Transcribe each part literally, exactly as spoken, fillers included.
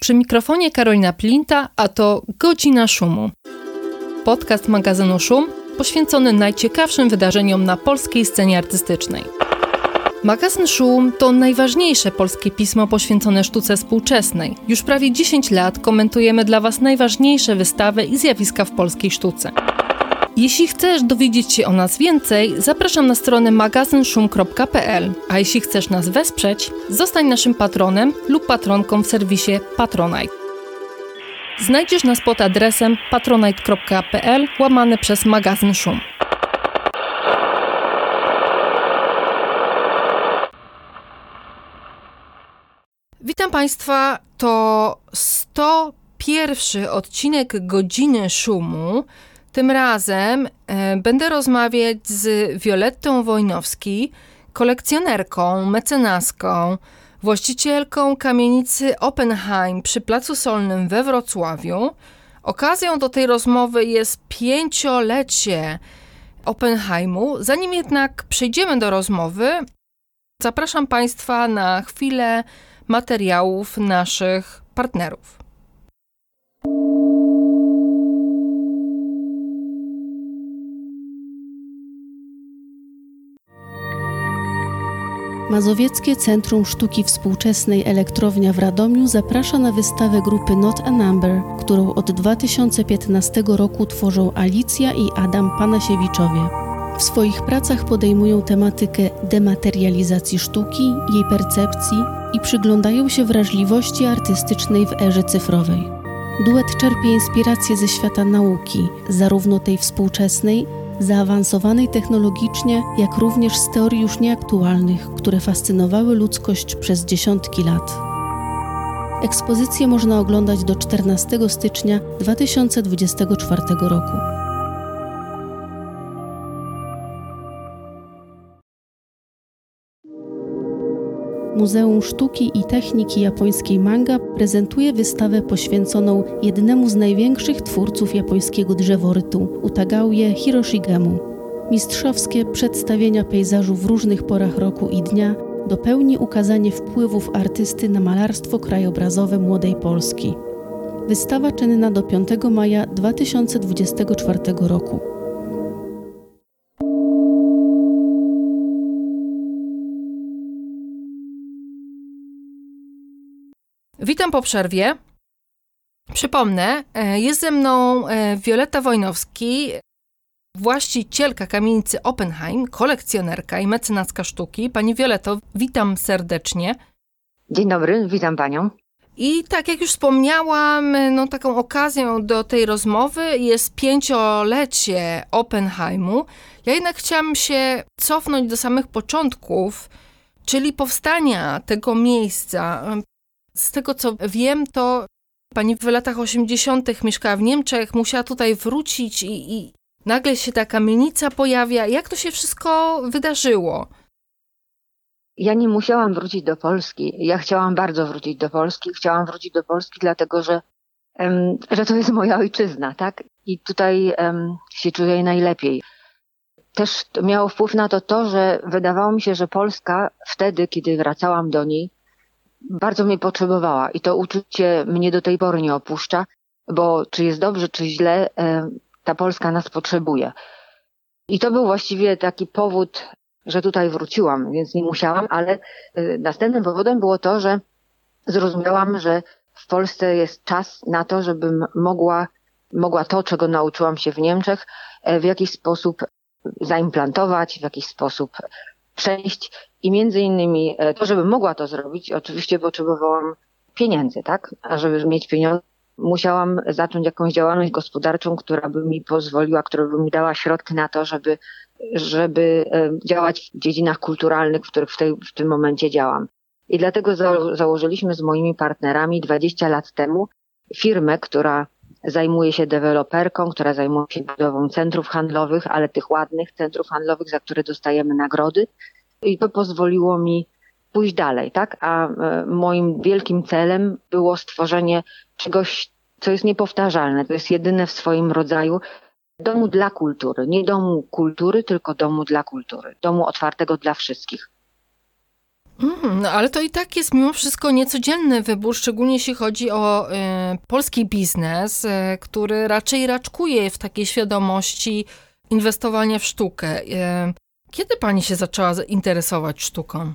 Przy mikrofonie Karolina Plinta, a to Godzina Szumu. Podcast magazynu Szum poświęcony najciekawszym wydarzeniom na polskiej scenie artystycznej. Magazyn Szum to najważniejsze polskie pismo poświęcone sztuce współczesnej. Już prawie dziesięć lat komentujemy dla Was najważniejsze wystawy i zjawiska w polskiej sztuce. Jeśli chcesz dowiedzieć się o nas więcej, zapraszam na stronę magazyn szum kropka p l, a jeśli chcesz nas wesprzeć, zostań naszym patronem lub patronką w serwisie Patronite. Znajdziesz nas pod adresem patronite kropka p l łamane przez magazyn Szum. Witam Państwa, to sto pierwszy odcinek Godziny Szumu. Tym razem e, będę rozmawiać z Violettą Wojnowski, kolekcjonerką, mecenaską, właścicielką kamienicy Oppenheim przy Placu Solnym we Wrocławiu. Okazją do tej rozmowy jest pięciolecie Oppenheimu. Zanim jednak przejdziemy do rozmowy, zapraszam Państwa na chwilę materiałów naszych partnerów. Mazowieckie Centrum Sztuki Współczesnej Elektrownia w Radomiu zaprasza na wystawę grupy Not a Number, którą od dwa tysiące piętnastego roku tworzą Alicja i Adam Panasiewiczowie. W swoich pracach podejmują tematykę dematerializacji sztuki, jej percepcji i przyglądają się wrażliwości artystycznej w erze cyfrowej. Duet czerpie inspiracje ze świata nauki, zarówno tej współczesnej, zaawansowanej technologicznie, jak również z teorii już nieaktualnych, które fascynowały ludzkość przez dziesiątki lat. Ekspozycję można oglądać do czternastego stycznia dwa tysiące dwudziestego czwartego roku. Muzeum Sztuki i Techniki Japońskiej Manga prezentuje wystawę poświęconą jednemu z największych twórców japońskiego drzeworytu, Utagaue Hiroshigemu. Mistrzowskie przedstawienia pejzażu w różnych porach roku i dnia dopełni ukazanie wpływów artysty na malarstwo krajobrazowe młodej Polski. Wystawa czynna do piątego maja dwa tysiące dwudziestego czwartego roku. Witam po przerwie. Przypomnę, jest ze mną Violetta Wojnowski, właścicielka kamienicy Oppenheim, kolekcjonerka i mecenaska sztuki. Pani Violetto, witam serdecznie. Dzień dobry, witam Panią. I tak jak już wspomniałam, no taką okazją do tej rozmowy jest pięciolecie Oppenheimu. Ja jednak chciałam się cofnąć do samych początków, czyli powstania tego miejsca. Z tego co wiem, to pani w latach osiemdziesiątych mieszkała w Niemczech, musiała tutaj wrócić i, i nagle się ta kamienica pojawia. Jak to się wszystko wydarzyło? Ja nie musiałam wrócić do Polski. Ja chciałam bardzo wrócić do Polski. Chciałam wrócić do Polski dlatego, że, um, że to jest moja ojczyzna, tak? I tutaj um, się czuję najlepiej. Też to miało wpływ na to to, że wydawało mi się, że Polska wtedy, kiedy wracałam do niej, bardzo mnie potrzebowała i to uczucie mnie do tej pory nie opuszcza, bo czy jest dobrze, czy źle, ta Polska nas potrzebuje. I to był właściwie taki powód, że tutaj wróciłam, więc nie musiałam, ale następnym powodem było to, że zrozumiałam, że w Polsce jest czas na to, żebym mogła, mogła to, czego nauczyłam się w Niemczech, w jakiś sposób zaimplantować, w jakiś sposób przejść i między innymi to, żebym mogła to zrobić, oczywiście potrzebowałam pieniędzy, tak? A żeby mieć pieniądze, musiałam zacząć jakąś działalność gospodarczą, która by mi pozwoliła, która by mi dała środki na to, żeby, żeby działać w dziedzinach kulturalnych, w których w, tej, w tym momencie działam. I dlatego za, założyliśmy z moimi partnerami dwadzieścia lat temu firmę, która zajmuje się deweloperką, która zajmuje się budową centrów handlowych, ale tych ładnych centrów handlowych, za które dostajemy nagrody. I to pozwoliło mi pójść dalej, tak? A e, moim wielkim celem było stworzenie czegoś, co jest niepowtarzalne, to jest jedyne w swoim rodzaju, domu dla kultury. Nie domu kultury, tylko domu dla kultury. Domu otwartego dla wszystkich. Mm, no ale to i tak jest mimo wszystko niecodzienny wybór, szczególnie jeśli chodzi o y, polski biznes, y, który raczej raczkuje w takiej świadomości inwestowania w sztukę. Y, kiedy pani się zaczęła interesować sztuką?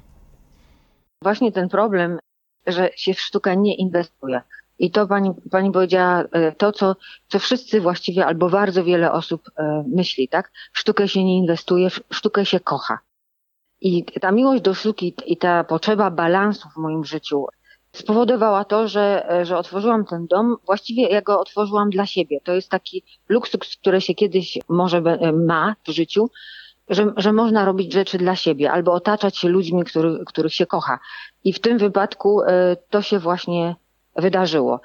Właśnie ten problem, że się w sztukę nie inwestuje. I to pani, pani powiedziała to, co, co wszyscy właściwie, albo bardzo wiele osób myśli, tak? W sztukę się nie inwestuje, w sztukę się kocha. I ta miłość do sztuki i ta potrzeba balansu w moim życiu spowodowała to, że, że otworzyłam ten dom. Właściwie ja go otworzyłam dla siebie. To jest taki luksus, który się kiedyś może ma w życiu, że, że można robić rzeczy dla siebie albo otaczać się ludźmi, który, których się kocha. I w tym wypadku to się właśnie wydarzyło.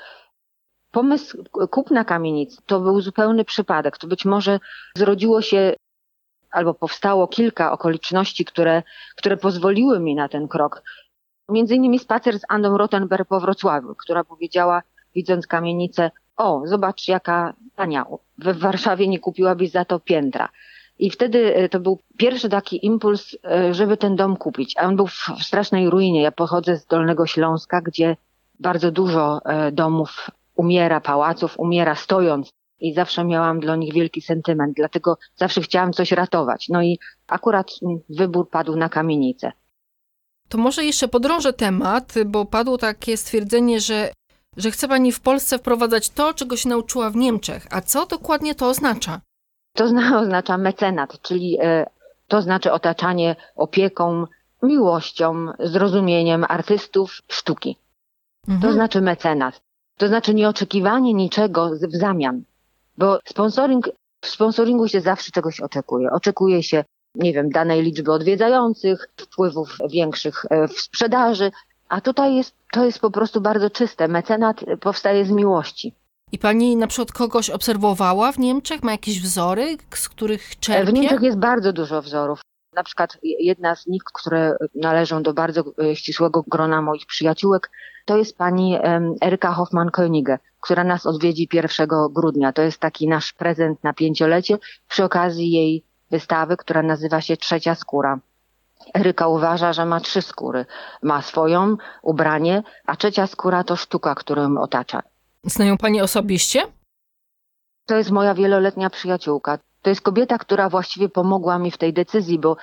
Pomysł kupna kamienicy to był zupełny przypadek. To być może zrodziło się albo powstało kilka okoliczności, które, które pozwoliły mi na ten krok. Między innymi spacer z Anną Rothenberg po Wrocławiu, która powiedziała, widząc kamienicę, o, zobacz jaka tania, w Warszawie nie kupiłabyś za to piętra. I wtedy to był pierwszy taki impuls, żeby ten dom kupić. A on był w strasznej ruinie. Ja pochodzę z Dolnego Śląska, gdzie bardzo dużo domów umiera, pałaców umiera stojąc. I zawsze miałam dla nich wielki sentyment, dlatego zawsze chciałam coś ratować. No i akurat wybór padł na kamienicę. To może jeszcze podrążę temat, bo padło takie stwierdzenie, że, że chce pani w Polsce wprowadzać to, czego się nauczyła w Niemczech. A co dokładnie to oznacza? To oznacza mecenat, czyli to znaczy otaczanie opieką, miłością, zrozumieniem artystów sztuki. Mhm. To znaczy mecenat. To znaczy nieoczekiwanie niczego w zamian. Bo sponsoring, w sponsoringu się zawsze czegoś oczekuje. Oczekuje się, nie wiem, danej liczby odwiedzających, wpływów większych w sprzedaży, a tutaj jest, to jest po prostu bardzo czyste. Mecenat powstaje z miłości. I pani na przykład kogoś obserwowała w Niemczech? Ma jakieś wzory, z których czerpie? W Niemczech jest bardzo dużo wzorów. Na przykład jedna z nich, które należą do bardzo ścisłego grona moich przyjaciółek, to jest pani Eryka Hoffmann-Königke, która nas odwiedzi pierwszego grudnia. To jest taki nasz prezent na pięciolecie przy okazji jej wystawy, która nazywa się Trzecia skóra. Eryka uważa, że ma trzy skóry. Ma swoją, ubranie, a trzecia skóra to sztuka, którą otacza. Znają pani osobiście? To jest moja wieloletnia przyjaciółka. To jest kobieta, która właściwie pomogła mi w tej decyzji, bo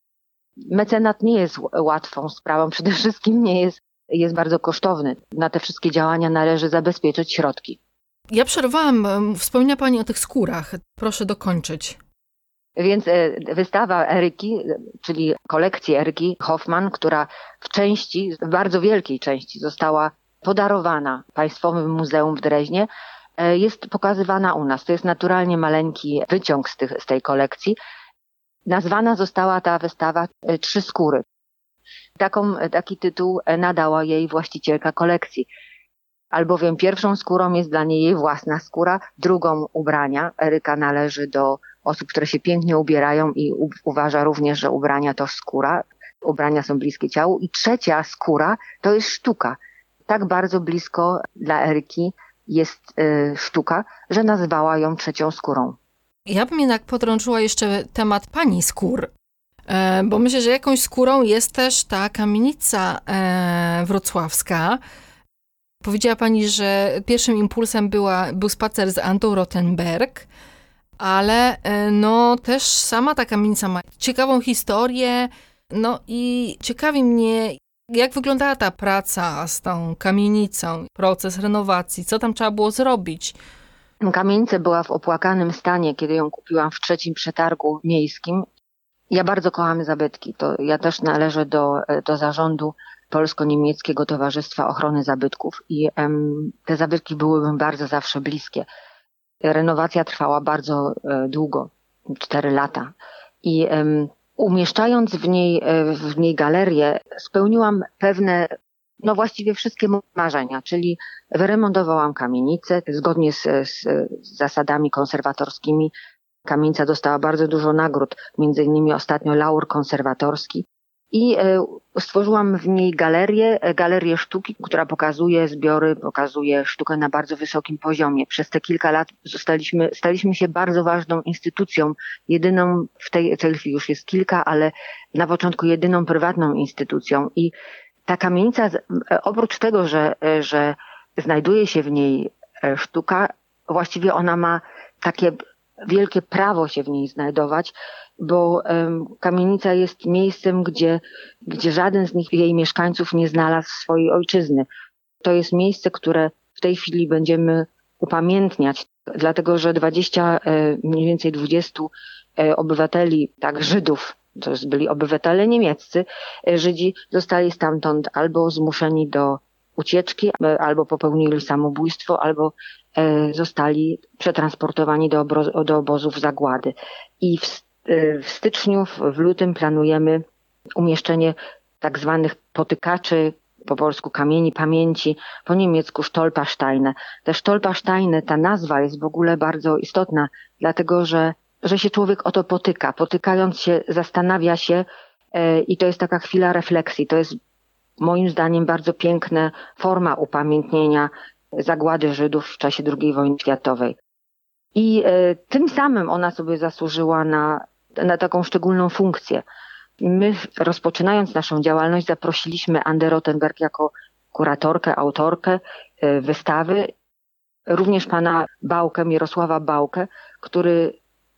mecenat nie jest łatwą sprawą. Przede wszystkim nie jest, jest bardzo kosztowny. Na te wszystkie działania należy zabezpieczyć środki. Ja przerwałam. Wspomniała pani o tych skórach. Proszę dokończyć. Więc wystawa Eryki, czyli kolekcji Eryki Hoffmann, która w części, w bardzo wielkiej części została podarowana Państwowym Muzeum w Dreźnie, jest pokazywana u nas. To jest naturalnie maleńki wyciąg z, tych, z tej kolekcji. Nazwana została ta wystawa Trzy skóry. Taką, taki tytuł nadała jej właścicielka kolekcji. Albowiem pierwszą skórą jest dla niej jej własna skóra, drugą ubrania. Eryka należy do osób, które się pięknie ubierają i u, uważa również, że ubrania to skóra. Ubrania są bliskie ciału. I trzecia skóra to jest sztuka. Tak bardzo blisko dla Eryki jest y, sztuka, że nazywała ją trzecią skórą. Ja bym jednak podrążyła jeszcze temat pani skór, e, bo myślę, że jakąś skórą jest też ta kamienica e, wrocławska. Powiedziała pani, że pierwszym impulsem była, był spacer z Anną Rothenberg, ale e, no też sama ta kamienica ma ciekawą historię, no i ciekawi mnie, jak wyglądała ta praca z tą kamienicą, proces renowacji, co tam trzeba było zrobić? Kamienica była w opłakanym stanie, kiedy ją kupiłam w trzecim przetargu miejskim. Ja bardzo kocham zabytki. To ja też należę do, do zarządu Polsko-Niemieckiego Towarzystwa Ochrony Zabytków i em, te zabytki były mi bardzo zawsze bliskie. Renowacja trwała bardzo e, długo, cztery lata. I em, umieszczając w niej, w niej galerię, spełniłam pewne, no właściwie wszystkie marzenia, czyli wyremontowałam kamienicę zgodnie z, z, z zasadami konserwatorskimi. Kamienica dostała bardzo dużo nagród, między innymi ostatnio laur konserwatorski. I stworzyłam w niej galerię, galerię sztuki, która pokazuje zbiory, pokazuje sztukę na bardzo wysokim poziomie. Przez te kilka lat zostaliśmy, staliśmy się bardzo ważną instytucją, jedyną, w tej, tej chwili już jest kilka, ale na początku jedyną prywatną instytucją. I ta kamienica, oprócz tego, że, że znajduje się w niej sztuka, właściwie ona ma takie wielkie prawo się w niej znajdować, bo um, kamienica jest miejscem, gdzie, gdzie żaden z nich, jej mieszkańców nie znalazł swojej ojczyzny. To jest miejsce, które w tej chwili będziemy upamiętniać, dlatego że dwadzieścia, mniej więcej dwudziestu obywateli, tak, Żydów, to byli obywatele niemieccy, Żydzi zostali stamtąd albo zmuszeni do ucieczki, albo popełnili samobójstwo, albo zostali przetransportowani do, obro- do obozów zagłady. I w, w styczniu, w, w lutym planujemy umieszczenie tak zwanych potykaczy, po polsku kamieni pamięci, po niemiecku Stolpersteine. Te Stolpersteine, ta nazwa jest w ogóle bardzo istotna, dlatego że, że się człowiek o to potyka. Potykając się, zastanawia się e, i to jest taka chwila refleksji. To jest moim zdaniem bardzo piękna forma upamiętnienia zagłady Żydów w czasie drugiej wojny światowej. I e, tym samym ona sobie zasłużyła na, na taką szczególną funkcję. My, rozpoczynając naszą działalność, zaprosiliśmy Andę Rothenberg jako kuratorkę, autorkę e, wystawy, również pana Bałkę, Mirosława Bałkę, który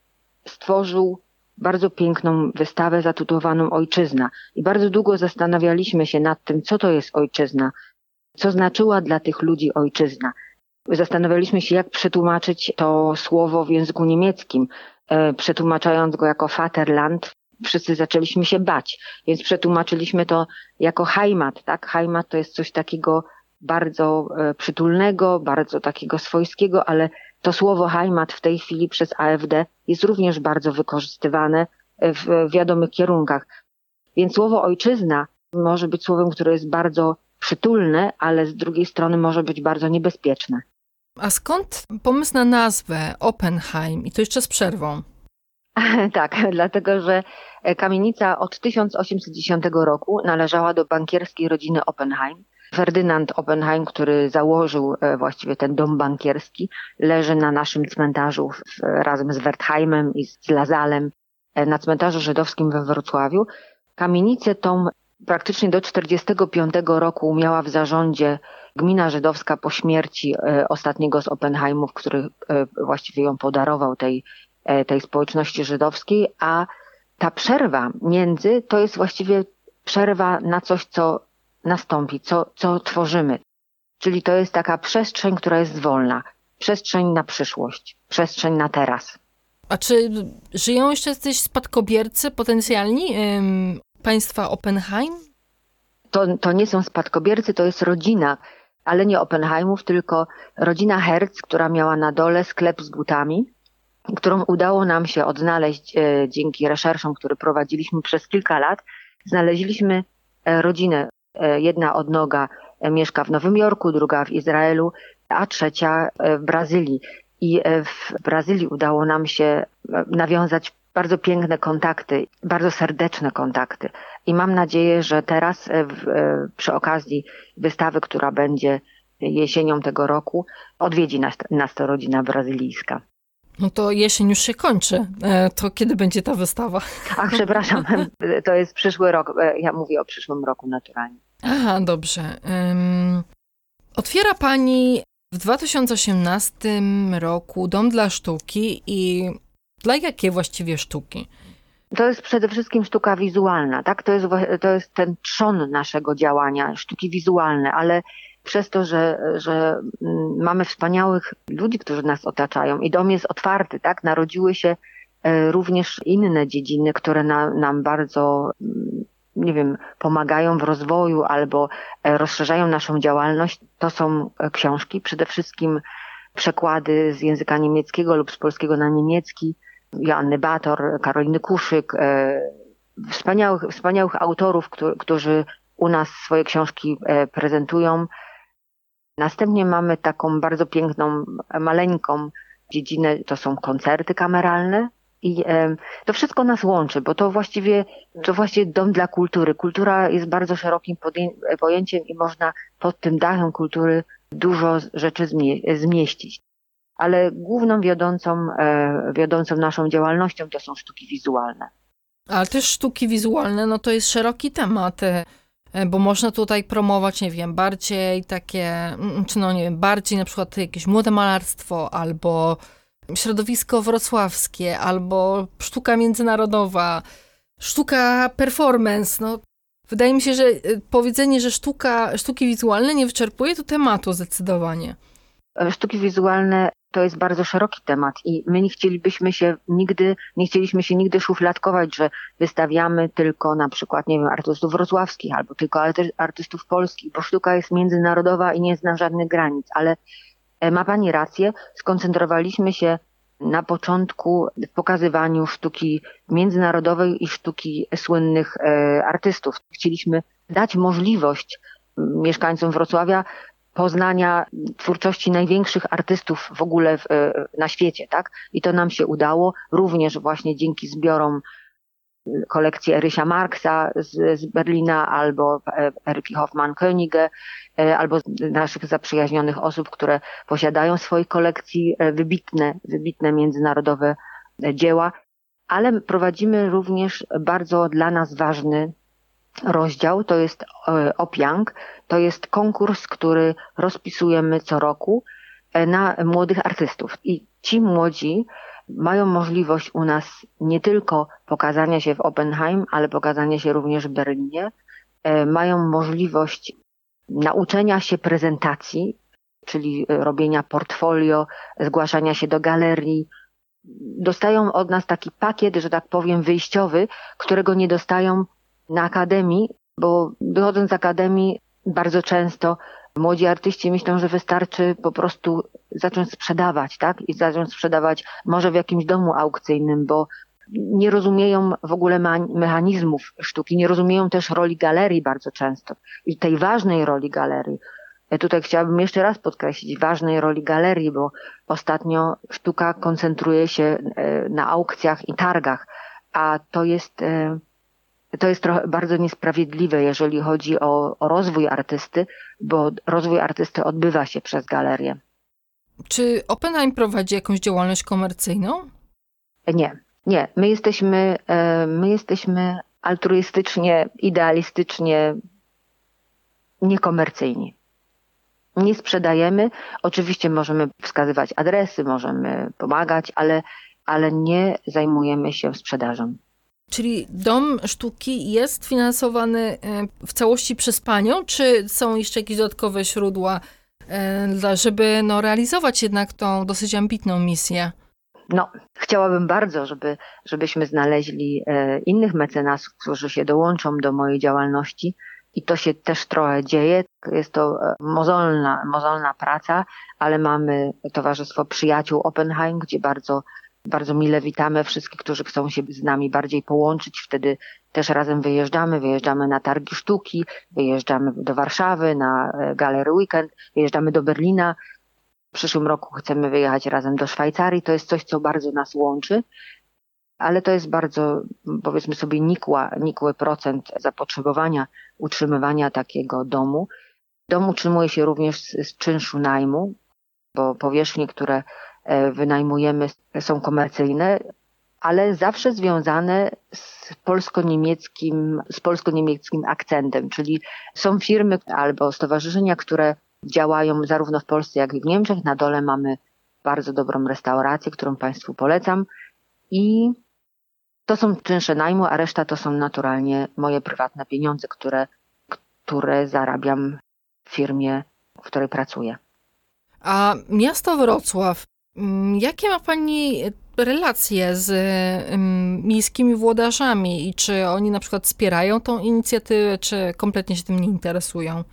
stworzył bardzo piękną wystawę zatytułowaną Ojczyzna. I bardzo długo zastanawialiśmy się nad tym, co to jest ojczyzna, co znaczyła dla tych ludzi ojczyzna. Zastanawialiśmy się, jak przetłumaczyć to słowo w języku niemieckim. E, przetłumaczając go jako Vaterland, wszyscy zaczęliśmy się bać, więc przetłumaczyliśmy to jako Heimat, tak? Heimat to jest coś takiego bardzo e, przytulnego, bardzo takiego swojskiego, ale to słowo Heimat w tej chwili przez A F D jest również bardzo wykorzystywane w wiadomych kierunkach. Więc słowo ojczyzna może być słowem, które jest bardzo przytulne, ale z drugiej strony może być bardzo niebezpieczne. A skąd pomysł na nazwę Oppenheim i to jeszcze z przerwą? Tak, dlatego że kamienica od tysiąc osiemset dziesiątego roku należała do bankierskiej rodziny Oppenheim. Ferdynand Oppenheim, który założył właściwie ten dom bankierski, leży na naszym cmentarzu w, razem z Wertheimem i z Lazalem na cmentarzu żydowskim we Wrocławiu. Kamienicę tą praktycznie do czterdziestego piątego roku miała w zarządzie gmina żydowska po śmierci ostatniego z Oppenheimów, który właściwie ją podarował tej, tej społeczności żydowskiej, a ta przerwa między to jest właściwie przerwa na coś, co nastąpi, co, co tworzymy. Czyli to jest taka przestrzeń, która jest wolna. Przestrzeń na przyszłość, przestrzeń na teraz. A czy żyją jeszcze jacyś spadkobiercy potencjalni ym, państwa Oppenheim? To, to nie są spadkobiercy, to jest rodzina, ale nie Oppenheimów, tylko rodzina Herz, która miała na dole sklep z butami, którą udało nam się odnaleźć e, dzięki reszerszom, które prowadziliśmy przez kilka lat. Znaleźliśmy e, rodzinę. E, jedna odnoga e, mieszka w Nowym Jorku, druga w Izraelu, a trzecia e, w Brazylii. I e, w Brazylii udało nam się e, nawiązać bardzo piękne kontakty, bardzo serdeczne kontakty. I mam nadzieję, że teraz e, w, e, przy okazji wystawy, która będzie jesienią tego roku, odwiedzi nas, nas to rodzina brazylijska. No to jesień już się kończy. To kiedy będzie ta wystawa? Ach, przepraszam, to jest przyszły rok. Ja mówię o przyszłym roku naturalnie. Aha, dobrze. Um, otwiera pani w dwa tysiące osiemnastym roku Dom dla Sztuki i dla jakiej właściwie sztuki? To jest przede wszystkim sztuka wizualna, tak? To jest, to jest ten trzon naszego działania, sztuki wizualne, ale przez to, że, że mamy wspaniałych ludzi, którzy nas otaczają i dom jest otwarty, tak? Narodziły się również inne dziedziny, które na, nam bardzo, nie wiem, pomagają w rozwoju albo rozszerzają naszą działalność. To są książki, przede wszystkim przekłady z języka niemieckiego lub z polskiego na niemiecki, Joanny Bator, Karoliny Kuszyk, wspaniałych, wspaniałych autorów, którzy u nas swoje książki prezentują. Następnie mamy taką bardzo piękną, maleńką dziedzinę, to są koncerty kameralne. I e, to wszystko nas łączy, bo to właściwie, to właściwie dom dla kultury. Kultura jest bardzo szerokim podję- pojęciem i można pod tym dachem kultury dużo rzeczy zmie- zmieścić. Ale główną wiodącą, e, wiodącą naszą działalnością to są sztuki wizualne. Ale też sztuki wizualne, no to jest szeroki temat, e, bo można tutaj promować, nie wiem, bardziej takie, mm, czy no nie wiem, bardziej na przykład jakieś młode malarstwo, albo środowisko wrocławskie, albo sztuka międzynarodowa, sztuka performance. No, wydaje mi się, że e, powiedzenie, że sztuka, sztuki wizualne nie wyczerpuje tu tematu zdecydowanie. Sztuki wizualne to jest bardzo szeroki temat i my nie chcielibyśmy się nigdy, nie chcieliśmy się nigdy szufladkować, że wystawiamy tylko na przykład, nie wiem, artystów wrocławskich albo tylko artystów polskich, bo sztuka jest międzynarodowa i nie zna żadnych granic, ale ma pani rację, skoncentrowaliśmy się na początku w pokazywaniu sztuki międzynarodowej i sztuki słynnych artystów. Chcieliśmy dać możliwość mieszkańcom Wrocławia poznania twórczości największych artystów w ogóle w, na świecie, tak? I to nam się udało, również właśnie dzięki zbiorom kolekcji Erysia Marksa z, z Berlina, albo Eryki Hoffmann-Königke, albo naszych zaprzyjaźnionych osób, które posiadają w swojej kolekcji wybitne, wybitne międzynarodowe dzieła, ale prowadzimy również bardzo dla nas ważny rozdział, to jest Opiang, to jest konkurs, który rozpisujemy co roku na młodych artystów. I ci młodzi mają możliwość u nas nie tylko pokazania się w Oppenheim, ale pokazania się również w Berlinie. Mają możliwość nauczenia się prezentacji, czyli robienia portfolio, zgłaszania się do galerii. Dostają od nas taki pakiet, że tak powiem, wyjściowy, którego nie dostają na akademii, bo wychodząc z akademii bardzo często młodzi artyści myślą, że wystarczy po prostu zacząć sprzedawać, tak? I zacząć sprzedawać może w jakimś domu aukcyjnym, bo nie rozumieją w ogóle mechanizmów sztuki, nie rozumieją też roli galerii bardzo często i tej ważnej roli galerii. Tutaj chciałabym jeszcze raz podkreślić ważnej roli galerii, bo ostatnio sztuka koncentruje się na aukcjach i targach, a to jest To jest trochę bardzo niesprawiedliwe, jeżeli chodzi o, o rozwój artysty, bo rozwój artysty odbywa się przez galerię. Czy Oppenheim prowadzi jakąś działalność komercyjną? Nie, nie. My jesteśmy, my jesteśmy altruistycznie, idealistycznie niekomercyjni. Nie sprzedajemy. Oczywiście możemy wskazywać adresy, możemy pomagać, ale, ale nie zajmujemy się sprzedażą. Czyli Dom Sztuki jest finansowany w całości przez panią, czy są jeszcze jakieś dodatkowe źródła, żeby no, realizować jednak tą dosyć ambitną misję? No, chciałabym bardzo, żeby, żebyśmy znaleźli innych mecenasów, którzy się dołączą do mojej działalności i to się też trochę dzieje. Jest to mozolna, mozolna praca, ale mamy Towarzystwo Przyjaciół Oppenheim, gdzie bardzo Bardzo mile witamy wszystkich, którzy chcą się z nami bardziej połączyć. Wtedy też razem wyjeżdżamy, wyjeżdżamy na targi sztuki, wyjeżdżamy do Warszawy na Gallery Weekend, wyjeżdżamy do Berlina. W przyszłym roku chcemy wyjechać razem do Szwajcarii. To jest coś, co bardzo nas łączy, ale to jest bardzo, powiedzmy sobie, nikła, nikły procent zapotrzebowania utrzymywania takiego domu. Dom utrzymuje się również z, z czynszu najmu, bo powierzchnie, które wynajmujemy, są komercyjne, ale zawsze związane z polsko-niemieckim, z polsko-niemieckim akcentem, czyli są firmy albo stowarzyszenia, które działają zarówno w Polsce, jak i w Niemczech. Na dole mamy bardzo dobrą restaurację, którą Państwu polecam i to są czynsze najmu, a reszta to są naturalnie moje prywatne pieniądze, które, które zarabiam w firmie, w której pracuję. A miasto Wrocław, jakie ma Pani relacje z um, miejskimi włodarzami i czy oni na przykład wspierają tą inicjatywę, czy kompletnie się tym nie interesują?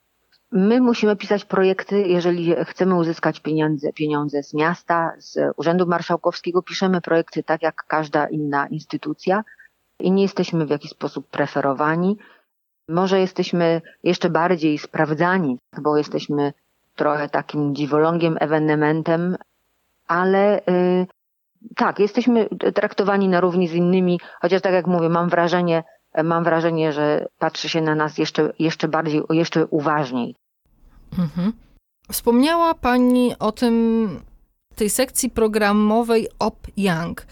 My musimy pisać projekty, jeżeli chcemy uzyskać pieniądze, pieniądze z miasta, z Urzędu Marszałkowskiego. Piszemy projekty tak jak każda inna instytucja i nie jesteśmy w jakiś sposób preferowani. Może jesteśmy jeszcze bardziej sprawdzani, bo jesteśmy trochę takim dziwolągiem, ewenementem, ale y, tak, jesteśmy traktowani na równi z innymi, chociaż tak jak mówię, mam wrażenie, mam wrażenie, że patrzy się na nas jeszcze, jeszcze bardziej, jeszcze uważniej. Mhm. Wspomniała Pani o tym, tej sekcji programowej Op Young.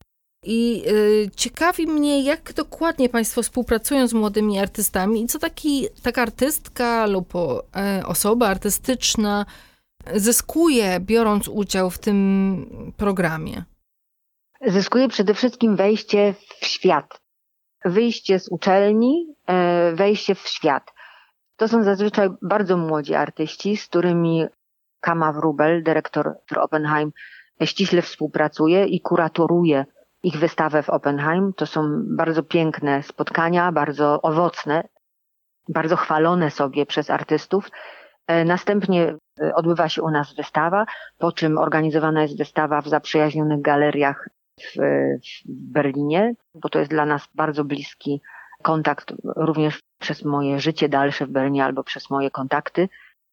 I y, ciekawi mnie, jak dokładnie Państwo współpracują z młodymi artystami i co taki, taka artystka lub o, e, osoba artystyczna zyskuje, biorąc udział w tym programie? Zyskuje przede wszystkim wejście w świat. Wyjście z uczelni, e, wejście w świat. To są zazwyczaj bardzo młodzi artyści, z którymi Kama Wróbel, dyrektor w Oppenheim, ściśle współpracuje i kuratoruje ich wystawę w Oppenheim. To są bardzo piękne spotkania, bardzo owocne, bardzo chwalone sobie przez artystów. Następnie odbywa się u nas wystawa, po czym organizowana jest wystawa w zaprzyjaźnionych galeriach w, w Berlinie, bo to jest dla nas bardzo bliski kontakt również przez moje życie dalsze w Berlinie albo przez moje kontakty.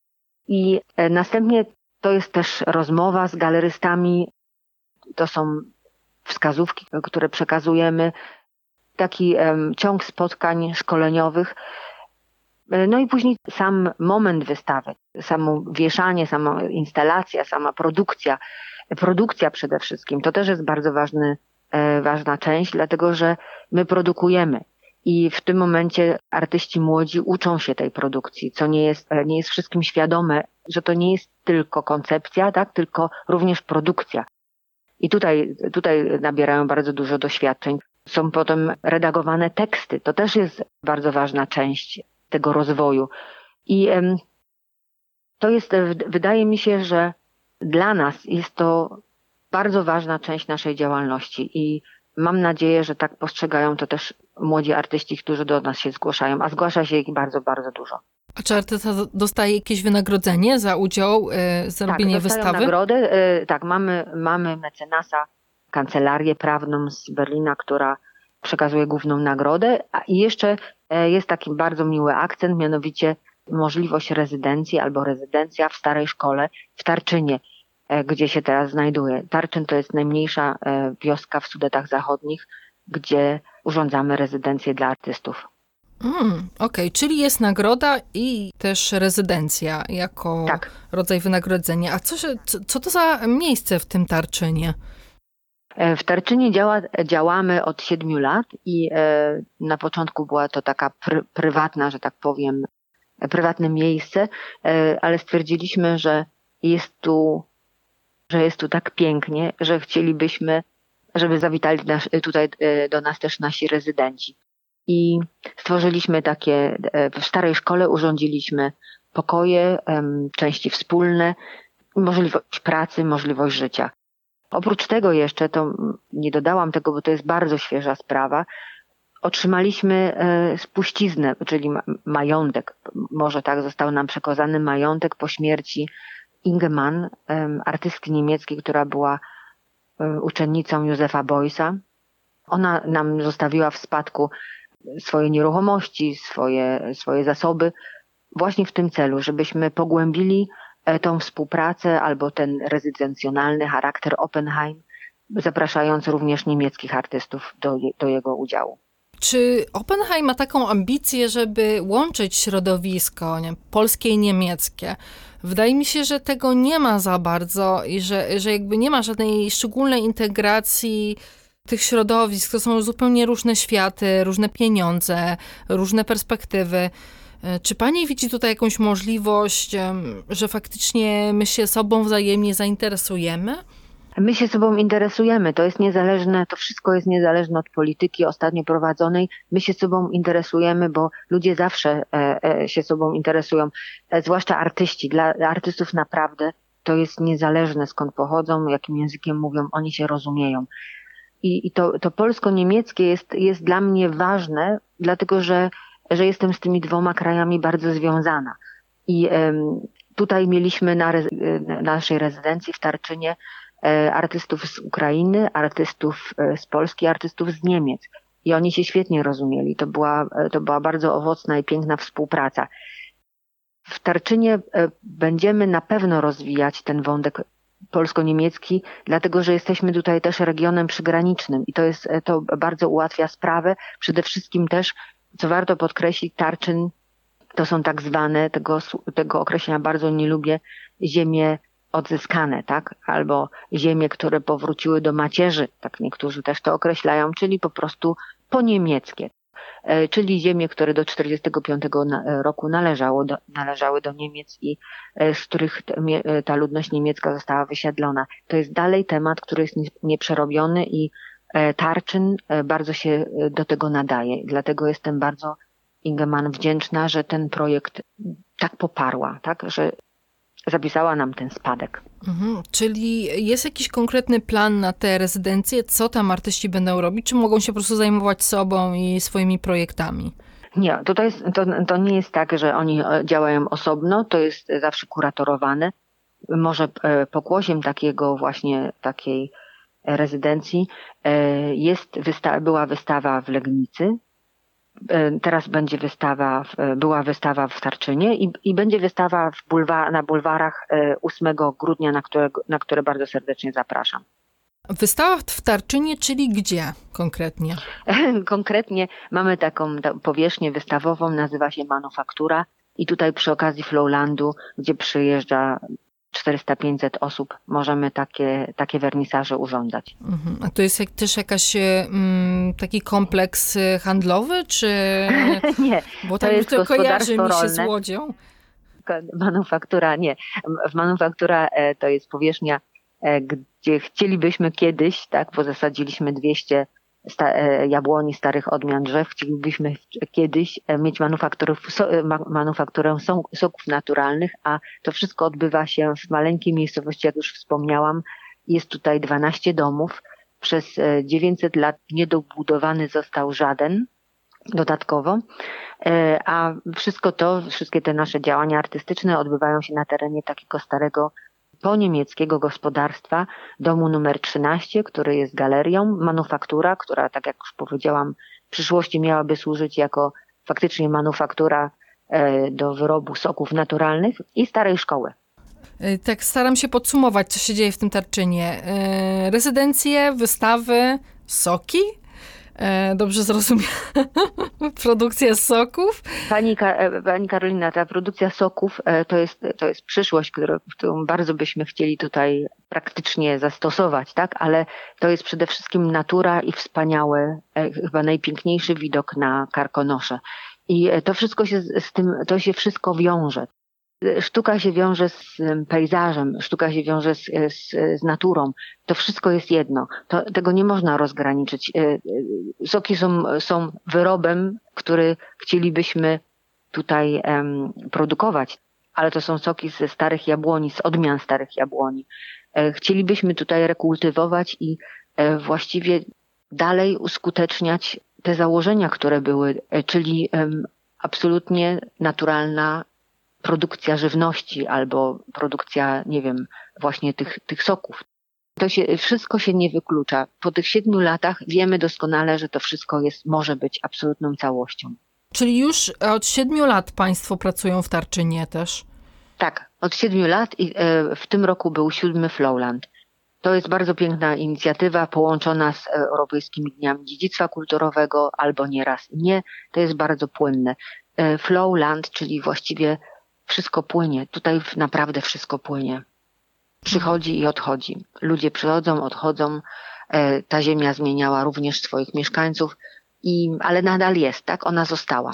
I następnie to jest też rozmowa z galerystami. To są wskazówki, które przekazujemy, taki um, ciąg spotkań szkoleniowych. No i później sam moment wystawy, samo wieszanie, sama instalacja, sama produkcja, produkcja przede wszystkim, to też jest bardzo ważny, e, ważna część, dlatego że my produkujemy i w tym momencie artyści młodzi uczą się tej produkcji, co nie jest, nie jest wszystkim świadome, że to nie jest tylko koncepcja, tak, tylko również produkcja. I tutaj, tutaj nabierają bardzo dużo doświadczeń. Są potem redagowane teksty. To też jest bardzo ważna część tego rozwoju. I em, to jest, wydaje mi się, że dla nas jest to bardzo ważna część naszej działalności i mam nadzieję, że tak postrzegają to też młodzi artyści, którzy do nas się zgłaszają, a zgłasza się ich bardzo, bardzo dużo. A czy artysta dostaje jakieś wynagrodzenie za udział, y, za robienie tak, wystawy? Tak, nagrodę. Y, tak, mamy, mamy mecenasa, kancelarię prawną z Berlina, która przekazuje główną nagrodę. A i jeszcze y, jest taki bardzo miły akcent, mianowicie możliwość rezydencji albo rezydencja w starej szkole w Tarczynie, y, gdzie się teraz znajduję. Tarczyn to jest najmniejsza y, wioska w Sudetach Zachodnich, gdzie urządzamy rezydencję dla artystów. Mm, Okej, okay. Czyli jest nagroda i też rezydencja jako tak. rodzaj wynagrodzenia. A co, co, co to za miejsce w tym Tarczynie? W Tarczynie działa, działamy od siedmiu lat i e, na początku była to taka pr, prywatna, że tak powiem, prywatne miejsce, e, ale stwierdziliśmy, że jest tu, że jest tu tak pięknie, że chcielibyśmy, żeby zawitali nas, tutaj e, do nas też nasi rezydenci. I stworzyliśmy takie, w starej szkole urządziliśmy pokoje, części wspólne, możliwość pracy, możliwość życia. Oprócz tego jeszcze, to nie dodałam tego, bo to jest bardzo świeża sprawa, otrzymaliśmy spuściznę, czyli majątek, może tak został nam przekazany majątek po śmierci Inge Mann, artystki niemieckiej, która była uczennicą Józefa Beuys'a. Ona nam zostawiła w spadku swoje nieruchomości, swoje, swoje zasoby właśnie w tym celu, żebyśmy pogłębili tą współpracę albo ten rezydencjonalny charakter Oppenheim, zapraszając również niemieckich artystów do, do jego udziału. Czy Oppenheim ma taką ambicję, żeby łączyć środowisko nie, polskie i niemieckie? Wydaje mi się, że tego nie ma za bardzo i że, że jakby nie ma żadnej szczególnej integracji tych środowisk. To są zupełnie różne światy, różne pieniądze, różne perspektywy. Czy pani widzi tutaj jakąś możliwość, że faktycznie my się sobą wzajemnie zainteresujemy? My się sobą interesujemy. To jest niezależne, to wszystko jest niezależne od polityki ostatnio prowadzonej. My się sobą interesujemy, bo ludzie zawsze się sobą interesują, zwłaszcza artyści. Dla artystów naprawdę to jest niezależne, skąd pochodzą, jakim językiem mówią, oni się rozumieją. I, i to, to polsko-niemieckie jest, jest dla mnie ważne, dlatego że, że jestem z tymi dwoma krajami bardzo związana. I um, tutaj mieliśmy na, rez, na naszej rezydencji w Tarczynie e, artystów z Ukrainy, artystów e, z Polski, artystów z Niemiec. I oni się świetnie rozumieli. To była, to była bardzo owocna i piękna współpraca. W Tarczynie e, będziemy na pewno rozwijać ten wątek polsko-niemiecki, dlatego że jesteśmy tutaj też regionem przygranicznym i to jest, to bardzo ułatwia sprawę. Przede wszystkim też, co warto podkreślić, Tarczyn to są tak zwane, tego, tego określenia bardzo nie lubię, ziemie odzyskane, tak? Albo ziemie, które powróciły do macierzy, tak niektórzy też to określają, czyli po prostu poniemieckie. Czyli ziemie, które do czterdziestego piątego roku należało do, należały do Niemiec i z których ta ludność niemiecka została wysiedlona. To jest dalej temat, który jest nieprzerobiony i Tarczyn bardzo się do tego nadaje. Dlatego jestem bardzo, Ingemann, wdzięczna, że ten projekt tak poparła, tak, że zapisała nam ten spadek. Mhm, czyli jest jakiś konkretny plan na te rezydencje? Co tam artyści będą robić? Czy mogą się po prostu zajmować sobą i swoimi projektami? Nie, tutaj jest, to, to nie jest tak, że oni działają osobno, to jest zawsze kuratorowane. Może pokłosiem takiego właśnie takiej rezydencji jest wysta- była wystawa w Legnicy. Teraz będzie wystawa, była wystawa w Tarczynie i, i będzie wystawa w bulwa, na bulwarach ósmego grudnia, na które, na które bardzo serdecznie zapraszam. Wystawa w Tarczynie, czyli gdzie konkretnie? Konkretnie mamy taką powierzchnię wystawową, nazywa się Manufaktura i tutaj przy okazji Flowlandu, gdzie przyjeżdża czterysta pięćset osób, możemy takie, takie wernisaże urządzać. Mhm. A to jest jak, też jakaś mm, taki kompleks handlowy, czy... Nie, bo to tam jest to kojarzy mi się rolne. z Łodzią. Manufaktura, nie. W Manufaktura to jest powierzchnia, gdzie chcielibyśmy kiedyś, tak, bo zasadziliśmy dwieście sta- jabłoni, starych odmian drzew, chcielibyśmy kiedyś mieć manufakturę, manufakturę soków naturalnych, a to wszystko odbywa się w maleńkiej miejscowości, jak już wspomniałam. Jest tutaj dwanaście domów. Przez dziewięćset lat nie dobudowany został żaden dodatkowo, a wszystko to, wszystkie te nasze działania artystyczne odbywają się na terenie takiego starego poniemieckiego gospodarstwa, domu numer trzynaście, który jest galerią, manufaktura, która, tak jak już powiedziałam, w przyszłości miałaby służyć jako faktycznie manufaktura do wyrobu soków naturalnych i starej szkoły. Tak staram się podsumować, co się dzieje w tym Tarczynie. Rezydencje, wystawy, soki? Dobrze zrozumiałam. Produkcja soków. Pani, Pani Karolina, ta produkcja soków to jest, to jest przyszłość, którą, którą bardzo byśmy chcieli tutaj praktycznie zastosować, tak? Ale to jest przede wszystkim natura i wspaniały, chyba najpiękniejszy widok na Karkonosze. I to wszystko się z tym, to się wszystko wiąże. Sztuka się wiąże z pejzażem, sztuka się wiąże z, z, z naturą. To wszystko jest jedno. To, tego nie można rozgraniczyć. Soki są, są wyrobem, który chcielibyśmy tutaj um, produkować, ale to są soki ze starych jabłoni, z odmian starych jabłoni. Chcielibyśmy tutaj rekultywować i właściwie dalej uskuteczniać te założenia, które były, czyli um, absolutnie naturalna produkcja żywności albo produkcja, nie wiem, właśnie tych, tych soków. To się, wszystko się nie wyklucza. Po tych siedmiu latach wiemy doskonale, że to wszystko jest, może być absolutną całością. Czyli już od siedmiu lat państwo pracują w Tarczynie też? Tak, od siedmiu lat i w tym roku był siódmy Flowland. To jest bardzo piękna inicjatywa połączona z Europejskimi Dniami Dziedzictwa Kulturowego, albo nieraz nie. To jest bardzo płynne. Flowland, czyli właściwie wszystko płynie. Tutaj naprawdę wszystko płynie. Przychodzi i odchodzi. Ludzie przychodzą, odchodzą. Ta ziemia zmieniała również swoich mieszkańców, i, ale nadal jest, tak? Ona została.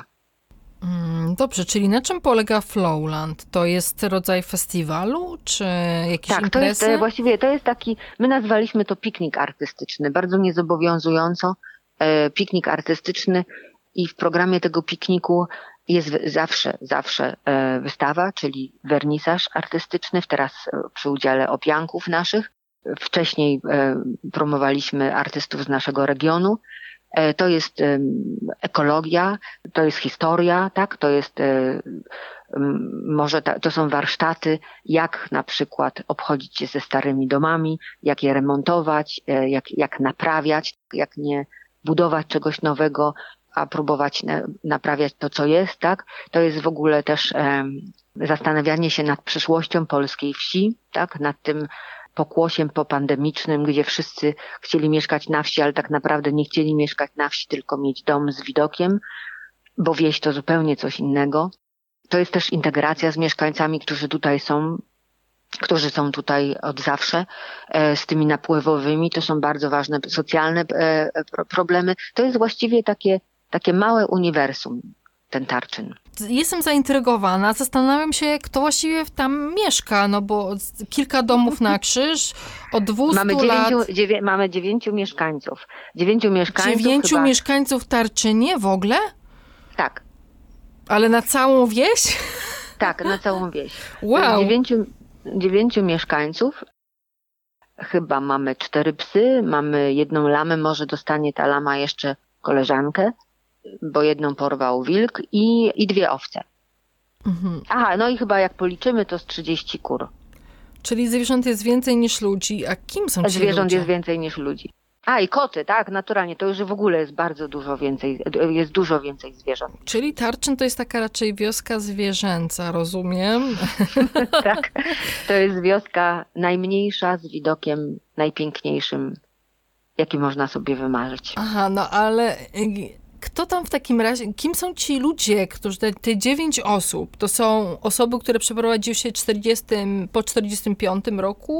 Dobrze, czyli na czym polega Flowland? To jest rodzaj festiwalu, czy jakieś tak, imprezy? To jest właściwie, to jest taki, my nazwaliśmy to piknik artystyczny, bardzo niezobowiązująco. Piknik artystyczny i w programie tego pikniku jest zawsze, zawsze wystawa, czyli wernisaż artystyczny, teraz przy udziale opianków naszych. Wcześniej promowaliśmy artystów z naszego regionu. To jest ekologia, to jest historia, tak? To jest, może to są warsztaty, jak na przykład obchodzić się ze starymi domami, jak je remontować, jak, jak naprawiać, jak nie budować czegoś nowego, a próbować naprawiać to, co jest, tak? To jest w ogóle też um, zastanawianie się nad przyszłością polskiej wsi, tak? Nad tym, pokłosiem popandemicznym, gdzie wszyscy chcieli mieszkać na wsi, ale tak naprawdę nie chcieli mieszkać na wsi, tylko mieć dom z widokiem, bo wieś to zupełnie coś innego. To jest też integracja z mieszkańcami, którzy tutaj są, którzy są tutaj od zawsze, z tymi napływowymi. To są bardzo ważne socjalne problemy. To jest właściwie takie, takie małe uniwersum, ten Tarczyn. Jestem zaintrygowana. Zastanawiam się, kto właściwie tam mieszka, no bo kilka domów na krzyż, od dwustu mamy dziewięciu, lat... Dziewię, mamy dziewięciu mieszkańców. Dziewięciu mieszkańców Dziewięciu chyba... mieszkańców w Tarczynie w ogóle? Tak. Ale na całą wieś? Tak, na całą wieś. Wow. Dziewięciu, dziewięciu mieszkańców. Chyba mamy cztery psy, mamy jedną lamę, może dostanie ta lama jeszcze koleżankę, bo jedną porwał wilk i, i dwie owce. Mhm. Aha, no i chyba jak policzymy, to z trzydzieści kur. Czyli zwierząt jest więcej niż ludzi. A kim są ci Zwierząt ludzie? jest więcej niż ludzi. A i koty, tak, naturalnie. To już w ogóle jest bardzo dużo więcej, jest dużo więcej zwierząt. Czyli Tarczyn to jest taka raczej wioska zwierzęca, rozumiem? Tak, to jest wioska najmniejsza, z widokiem najpiękniejszym, jaki można sobie wymarzyć. Aha, no ale kto tam w takim razie, kim są ci ludzie, którzy, te, te dziewięć osób, to są osoby, które przeprowadziły się czterdziestym, po czterdziestym piątym roku?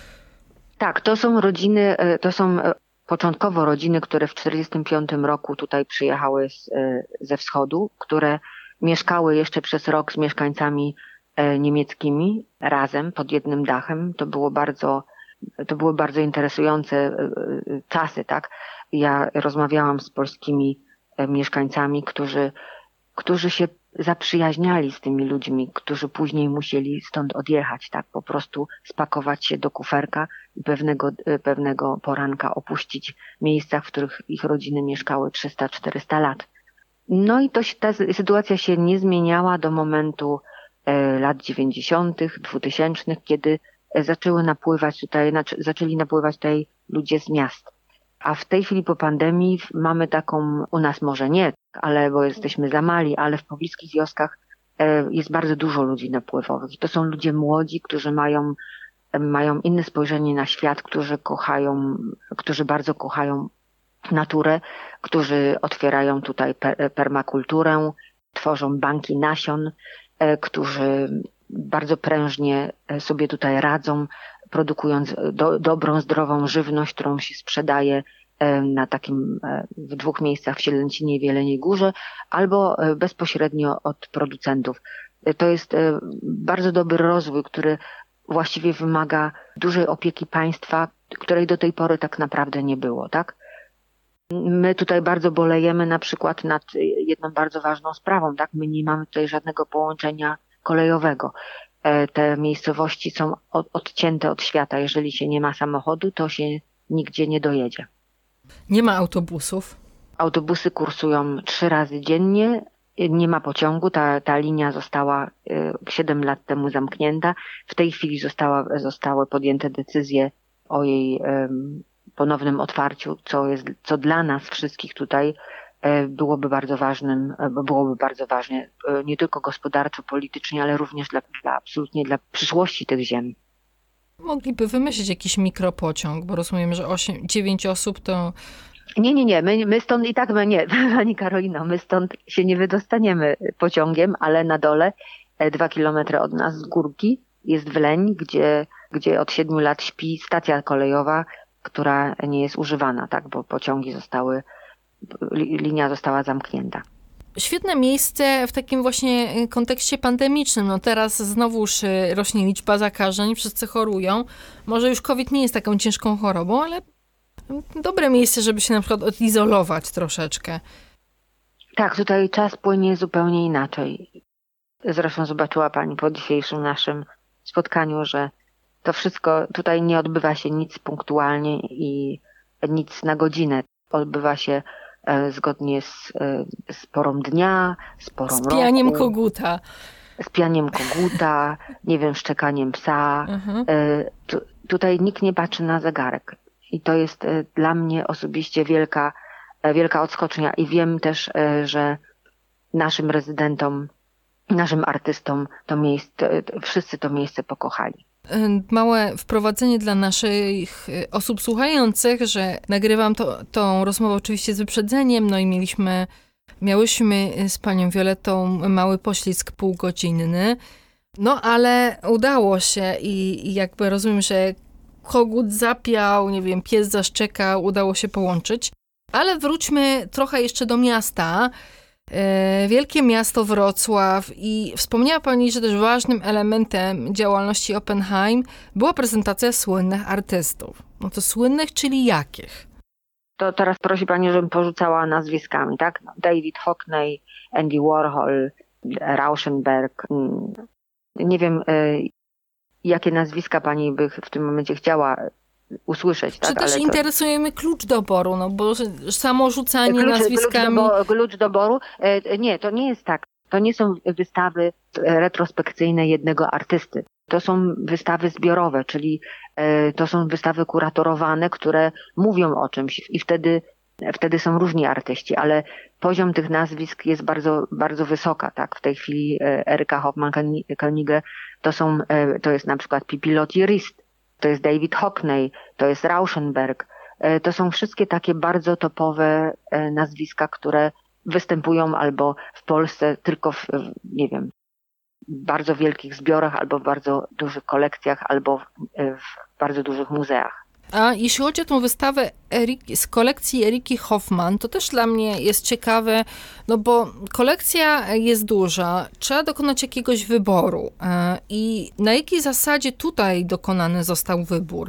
Tak, to są rodziny, to są początkowo rodziny, które w czterdziestym piątym roku tutaj przyjechały z, ze wschodu, które mieszkały jeszcze przez rok z mieszkańcami niemieckimi razem pod jednym dachem. To było bardzo, to były bardzo interesujące czasy, tak? Ja rozmawiałam z polskimi mieszkańcami, którzy, którzy się zaprzyjaźniali z tymi ludźmi, którzy później musieli stąd odjechać, tak? Po prostu spakować się do kuferka i pewnego, pewnego poranka opuścić miejsca, w których ich rodziny mieszkały trzysta czterysta lat. No i to się, ta sytuacja się nie zmieniała do momentu e, lat dziewięćdziesiątych, dwutysięcznych, kiedy zaczęły napływać tutaj, znaczy, zaczęli napływać tutaj ludzie z miast. A w tej chwili po pandemii mamy taką, u nas może nie, ale bo jesteśmy za mali, ale w pobliskich wioskach jest bardzo dużo ludzi napływowych. I to są ludzie młodzi, którzy mają, mają inne spojrzenie na świat, którzy kochają, którzy bardzo kochają naturę, którzy otwierają tutaj per, permakulturę, tworzą banki nasion, którzy bardzo prężnie sobie tutaj radzą, produkując do, dobrą, zdrową żywność, którą się sprzedaje na takim, w dwóch miejscach w Sielęcinie i w Jeleniej Górze, albo bezpośrednio od producentów. To jest bardzo dobry rozwój, który właściwie wymaga dużej opieki państwa, której do tej pory tak naprawdę nie było, tak? My tutaj bardzo bolejemy na przykład nad jedną bardzo ważną sprawą, tak? My nie mamy tutaj żadnego połączenia kolejowego. Te miejscowości są odcięte od świata. Jeżeli się nie ma samochodu, to się nigdzie nie dojedzie. Nie ma autobusów? Autobusy kursują trzy razy dziennie. Nie ma pociągu. Ta, ta linia została siedem lat temu zamknięta. W tej chwili została, zostały podjęte decyzje o jej um, ponownym otwarciu, co jest, co dla nas wszystkich tutaj byłoby bardzo ważnym, byłoby bardzo ważne, nie tylko gospodarczo, politycznie, ale również dla, dla absolutnie dla przyszłości tych ziem. Mogliby wymyślić jakiś mikropociąg, bo rozumiem, że osiem, dziewięć osób to... Nie, nie, nie, my, my stąd i tak, my nie, Pani Karolino, my stąd się nie wydostaniemy pociągiem, ale na dole, dwa kilometry od nas z górki, jest Wleń, gdzie, gdzie od siedmiu lat śpi stacja kolejowa, która nie jest używana, tak, bo pociągi zostały linia została zamknięta. Świetne miejsce w takim właśnie kontekście pandemicznym. No teraz znowuż rośnie liczba zakażeń, wszyscy chorują. Może już COVID nie jest taką ciężką chorobą, ale dobre miejsce, żeby się na przykład odizolować troszeczkę. Tak, tutaj czas płynie zupełnie inaczej. Zresztą zobaczyła Pani po dzisiejszym naszym spotkaniu, że to wszystko, tutaj nie odbywa się nic punktualnie i nic na godzinę. Odbywa się zgodnie z, z porą dnia, z porą roku. Z pijaniem roku, koguta. Z pijaniem koguta, nie wiem, szczekaniem psa. Mhm. Tu, tutaj nikt nie patrzy na zegarek. I to jest dla mnie osobiście wielka, wielka odskocznia. I wiem też, że naszym rezydentom, naszym artystom to miejsce, wszyscy to miejsce pokochali. Małe wprowadzenie dla naszych osób słuchających, że nagrywam to, tą rozmowę oczywiście z wyprzedzeniem, no i mieliśmy, miałyśmy z panią Violettą mały poślizg półgodzinny, no ale udało się i, i jakby rozumiem, że kogut zapiał, nie wiem, pies zaszczekał, udało się połączyć. Ale wróćmy trochę jeszcze do miasta. Wielkie miasto Wrocław i wspomniała pani, że też ważnym elementem działalności Oppenheim była prezentacja słynnych artystów. No to słynnych, czyli jakich? To teraz prosi pani, żebym porzucała nazwiskami, tak? David Hockney, Andy Warhol, Rauschenberg. Nie wiem, jakie nazwiska pani by w tym momencie chciała usłyszeć. Czy tak? też Ale interesujemy to... klucz doboru, no bo samo rzucanie klucz, nazwiskami... Klucz, dobo, klucz doboru? Nie, to nie jest tak. To nie są wystawy retrospekcyjne jednego artysty. To są wystawy zbiorowe, czyli to są wystawy kuratorowane, które mówią o czymś i wtedy, wtedy są różni artyści, ale poziom tych nazwisk jest bardzo, bardzo wysoka, tak? W tej chwili Eryka Hoffman-Koenige to są, to jest na przykład Pipilotti Rist, to jest David Hockney, to jest Rauschenberg. To są wszystkie takie bardzo topowe nazwiska, które występują albo w Polsce tylko w, nie wiem, bardzo wielkich zbiorach, albo w bardzo dużych kolekcjach, albo w, w bardzo dużych muzeach. A jeśli chodzi o tą wystawę Eriki, z kolekcji Eriki Hoffman, to też dla mnie jest ciekawe, no bo kolekcja jest duża, trzeba dokonać jakiegoś wyboru. I na jakiej zasadzie tutaj dokonany został wybór?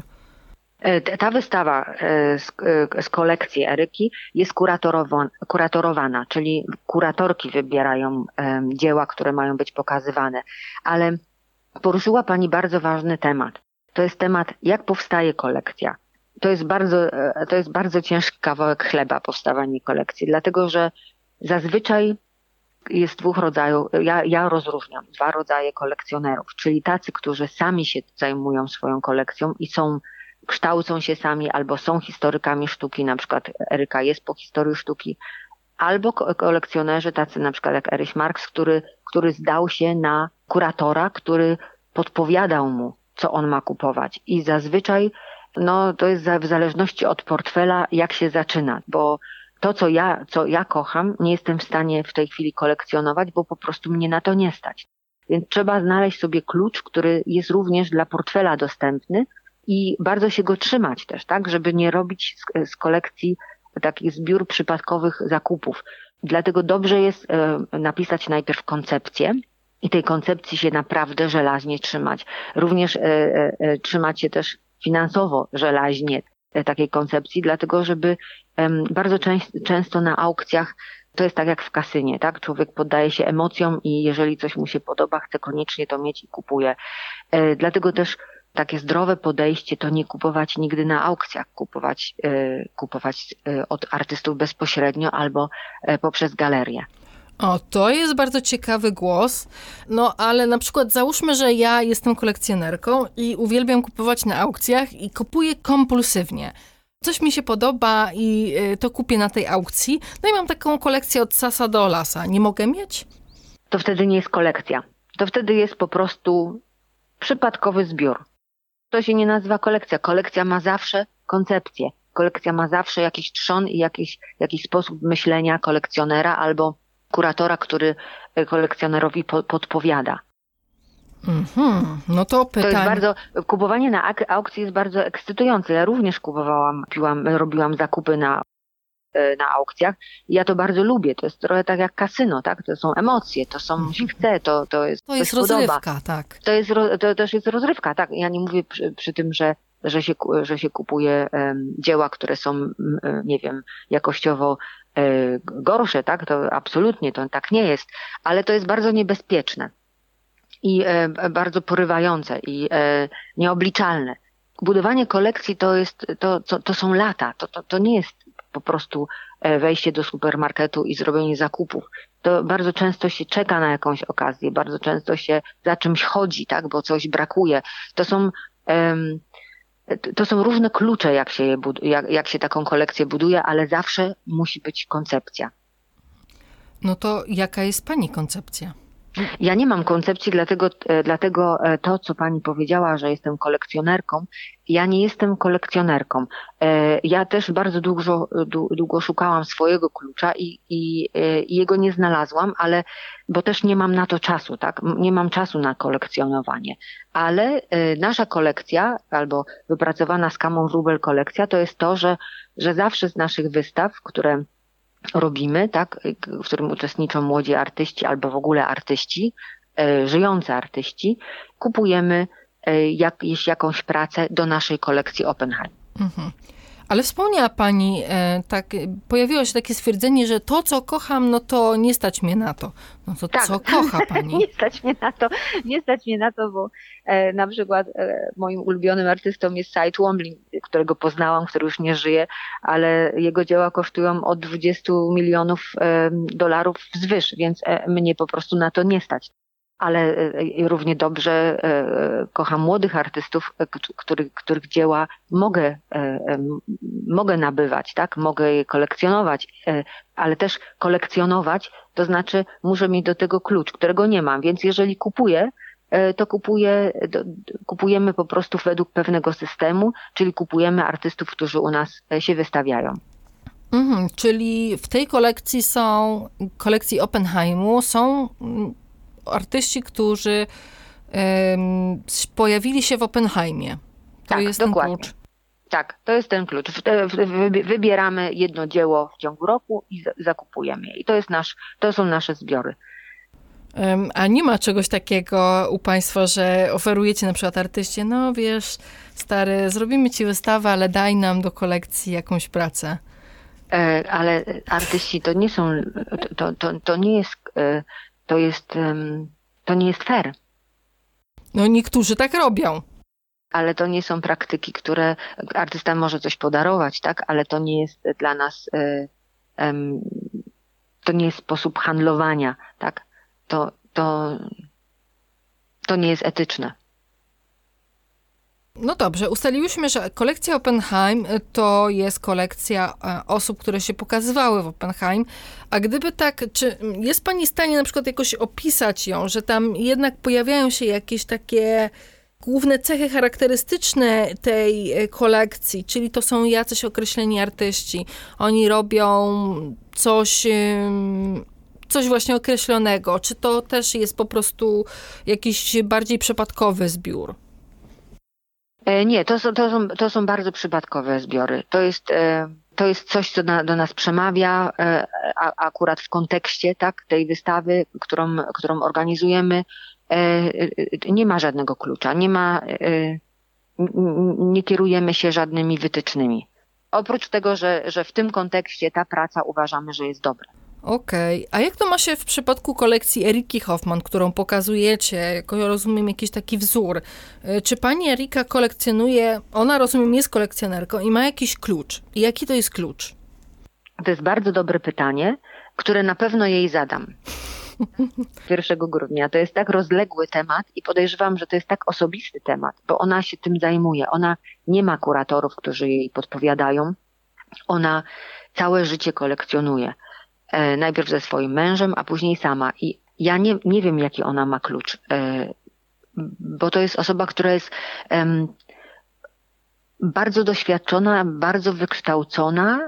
Ta wystawa z, z kolekcji Eryki jest kuratorowana, czyli kuratorki wybierają dzieła, które mają być pokazywane. Ale poruszyła pani bardzo ważny temat. To jest temat, jak powstaje kolekcja. To jest bardzo, to jest bardzo ciężki kawałek chleba, powstawanie kolekcji, dlatego że zazwyczaj jest dwóch rodzajów, ja, ja rozróżniam dwa rodzaje kolekcjonerów, czyli tacy, którzy sami się zajmują swoją kolekcją i są, kształcą się sami albo są historykami sztuki, na przykład Eryka jest po historii sztuki, albo kolekcjonerzy tacy na przykład jak Erich Marx, który, który zdał się na kuratora, który podpowiadał mu, co on ma kupować. I zazwyczaj no, to jest w zależności od portfela, jak się zaczyna, bo to, co ja, co ja kocham, nie jestem w stanie w tej chwili kolekcjonować, bo po prostu mnie na to nie stać. Więc trzeba znaleźć sobie klucz, który jest również dla portfela dostępny i bardzo się go trzymać też, tak, żeby nie robić z, z kolekcji takich zbiór przypadkowych zakupów. Dlatego dobrze jest e, napisać najpierw koncepcję, i tej koncepcji się naprawdę żelaźnie trzymać. Również e, e, trzymać się też finansowo żelaźnie e, takiej koncepcji, dlatego żeby e, bardzo częst, często na aukcjach to jest tak jak w kasynie, tak? Człowiek poddaje się emocjom i jeżeli coś mu się podoba, chce koniecznie to mieć i kupuje. E, dlatego też takie zdrowe podejście to nie kupować nigdy na aukcjach, kupować, e, kupować e, od artystów bezpośrednio albo e, poprzez galerię. O, to jest bardzo ciekawy głos. No, ale na przykład załóżmy, że ja jestem kolekcjonerką i uwielbiam kupować na aukcjach i kupuję kompulsywnie. Coś mi się podoba i to kupię na tej aukcji. No i mam taką kolekcję od sasa do lasa. Nie mogę mieć? To wtedy nie jest kolekcja. To wtedy jest po prostu przypadkowy zbiór. To się nie nazywa kolekcja. Kolekcja ma zawsze koncepcję. Kolekcja ma zawsze jakiś trzon i jakiś, jakiś sposób myślenia kolekcjonera albo kuratora, który kolekcjonerowi po, podpowiada. Mm-hmm. No to pytanie. To jest bardzo, kupowanie na aukcji jest bardzo ekscytujące. Ja również kupowałam, piłam, robiłam zakupy na, na aukcjach i ja to bardzo lubię. To jest trochę tak jak kasyno, tak? To są emocje, to są, się chce, to, to jest, to jest to rozrywka, podoba. tak. To jest, to też jest rozrywka, tak? Ja nie mówię przy, przy tym, że że się, że się kupuje um, dzieła, które są, um, nie wiem, jakościowo um, gorsze, tak? To absolutnie to tak nie jest, ale to jest bardzo niebezpieczne i um, bardzo porywające i um, nieobliczalne. Budowanie kolekcji to jest, to, to, to są lata, to, to, to nie jest po prostu wejście do supermarketu i zrobienie zakupów. To bardzo często się czeka na jakąś okazję, bardzo często się za czymś chodzi, tak? Bo coś brakuje. To są um, To są różne klucze, jak się, je bud- jak, jak się taką kolekcję buduje, ale zawsze musi być koncepcja. No to jaka jest pani koncepcja? Ja nie mam koncepcji, dlatego, dlatego to, co pani powiedziała, że jestem kolekcjonerką, ja nie jestem kolekcjonerką. Ja też bardzo długo, długo szukałam swojego klucza i, i, i jego nie znalazłam, ale bo też nie mam na to czasu, tak? Nie mam czasu na kolekcjonowanie. Ale nasza kolekcja, albo wypracowana z Kamą Wróbel kolekcja, to jest to, że, że zawsze z naszych wystaw, które robimy, tak, w którym uczestniczą młodzi artyści albo w ogóle artyści, e, żyjący artyści, kupujemy e, jakieś, jakąś pracę do naszej kolekcji Oppenheim. Mhm. Ale wspomniała pani, e, tak, pojawiło się takie stwierdzenie, że to, co kocham, no to nie stać mnie na to. No to tak. Co kocha pani? nie stać mnie na to, nie stać mnie na to, bo e, na przykład e, moim ulubionym artystą jest Cy Twombly, którego poznałam, który już nie żyje, ale jego dzieła kosztują od dwudziestu milionów e, dolarów wzwyż, więc e, mnie po prostu na to nie stać. Ale równie dobrze kocham młodych artystów, których, których dzieła mogę, mogę nabywać, tak? Mogę je kolekcjonować, ale też kolekcjonować, to znaczy muszę mieć do tego klucz, którego nie mam, więc jeżeli kupuję, to kupuję, kupujemy po prostu według pewnego systemu, czyli kupujemy artystów, którzy u nas się wystawiają. Mhm, czyli w tej kolekcji są, kolekcji Oppenheimu są artyści, którzy um, pojawili się w Oppenheimie. To tak, jest dokładnie. ten klucz. Tak, to jest ten klucz. Wybieramy jedno dzieło w ciągu roku i zakupujemy je. I to jest nasz, to są nasze zbiory. Um, a nie ma czegoś takiego u państwa, że oferujecie na przykład artyście, no wiesz, stary, zrobimy ci wystawę, ale daj nam do kolekcji jakąś pracę. E, ale artyści to nie są, to, to, to nie jest... E, To jest, to nie jest fair. No niektórzy tak robią. Ale to nie są praktyki, które artysta może coś podarować, tak? Ale to nie jest dla nas, to nie jest sposób handlowania, tak? To, to, to nie jest etyczne. No dobrze, ustaliłyśmy, że kolekcja Oppenheim to jest kolekcja osób, które się pokazywały w Oppenheim, a gdyby tak, czy jest pani w stanie na przykład jakoś opisać ją, że tam jednak pojawiają się jakieś takie główne cechy charakterystyczne tej kolekcji, czyli to są jacyś określeni artyści, oni robią coś... coś właśnie określonego, czy to też jest po prostu jakiś bardziej przypadkowy zbiór? Nie, to są, to są, to są bardzo przypadkowe zbiory. To jest, to jest coś, co na, do nas przemawia, a, akurat w kontekście, tak, tej wystawy, którą, którą organizujemy. Nie ma żadnego klucza, nie ma, nie kierujemy się żadnymi wytycznymi. Oprócz tego, że, że w tym kontekście ta praca uważamy, że jest dobra. Okej, okay. A jak to ma się w przypadku kolekcji Eriki Hoffman, którą pokazujecie, jako rozumiem jakiś taki wzór? Czy pani Erika kolekcjonuje, ona rozumiem jest kolekcjonerką i ma jakiś klucz? I jaki to jest klucz? To jest bardzo dobre pytanie, które na pewno jej zadam. pierwszego grudnia. To jest tak rozległy temat i podejrzewam, że to jest tak osobisty temat, bo ona się tym zajmuje. Ona nie ma kuratorów, którzy jej podpowiadają. Ona całe życie kolekcjonuje. E, najpierw ze swoim mężem, a później sama. I ja nie, nie wiem, jaki ona ma klucz, e, bo to jest osoba, która jest e, bardzo doświadczona, bardzo wykształcona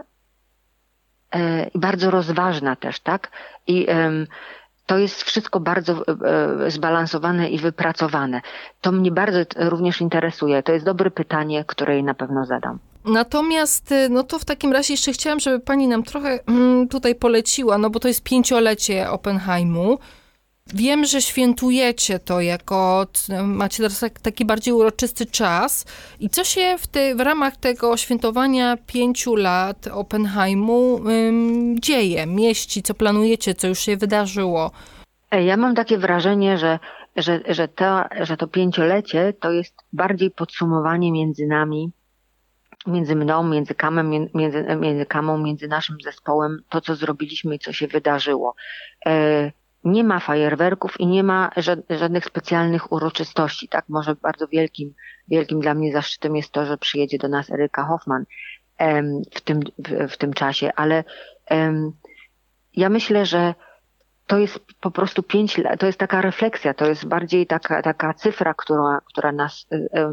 e, i bardzo rozważna też, tak? I e, to jest wszystko bardzo e, zbalansowane i wypracowane. To mnie bardzo również interesuje. To jest dobre pytanie, które jej na pewno zadam. Natomiast, no to w takim razie jeszcze chciałam, żeby pani nam trochę tutaj poleciła, no bo to jest pięciolecie Oppenheimu. Wiem, że świętujecie to jako, macie teraz taki bardziej uroczysty czas. I co się w, te, w ramach tego świętowania pięciu lat Oppenheimu um, dzieje, mieści, co planujecie, co już się wydarzyło? Ja mam takie wrażenie, że, że, że, to, że to pięciolecie to jest bardziej podsumowanie między nami, między mną, między Kamem, między, między Kamą, między naszym zespołem, to co zrobiliśmy i co się wydarzyło. E, nie ma fajerwerków i nie ma żadnych specjalnych uroczystości. Tak, może bardzo wielkim, wielkim dla mnie zaszczytem jest to, że przyjedzie do nas Eryka Hoffman em, w, tym, w, w tym czasie, ale em, ja myślę, że to jest po prostu pięć lat, to jest taka refleksja, to jest bardziej taka, taka cyfra, która, która nas,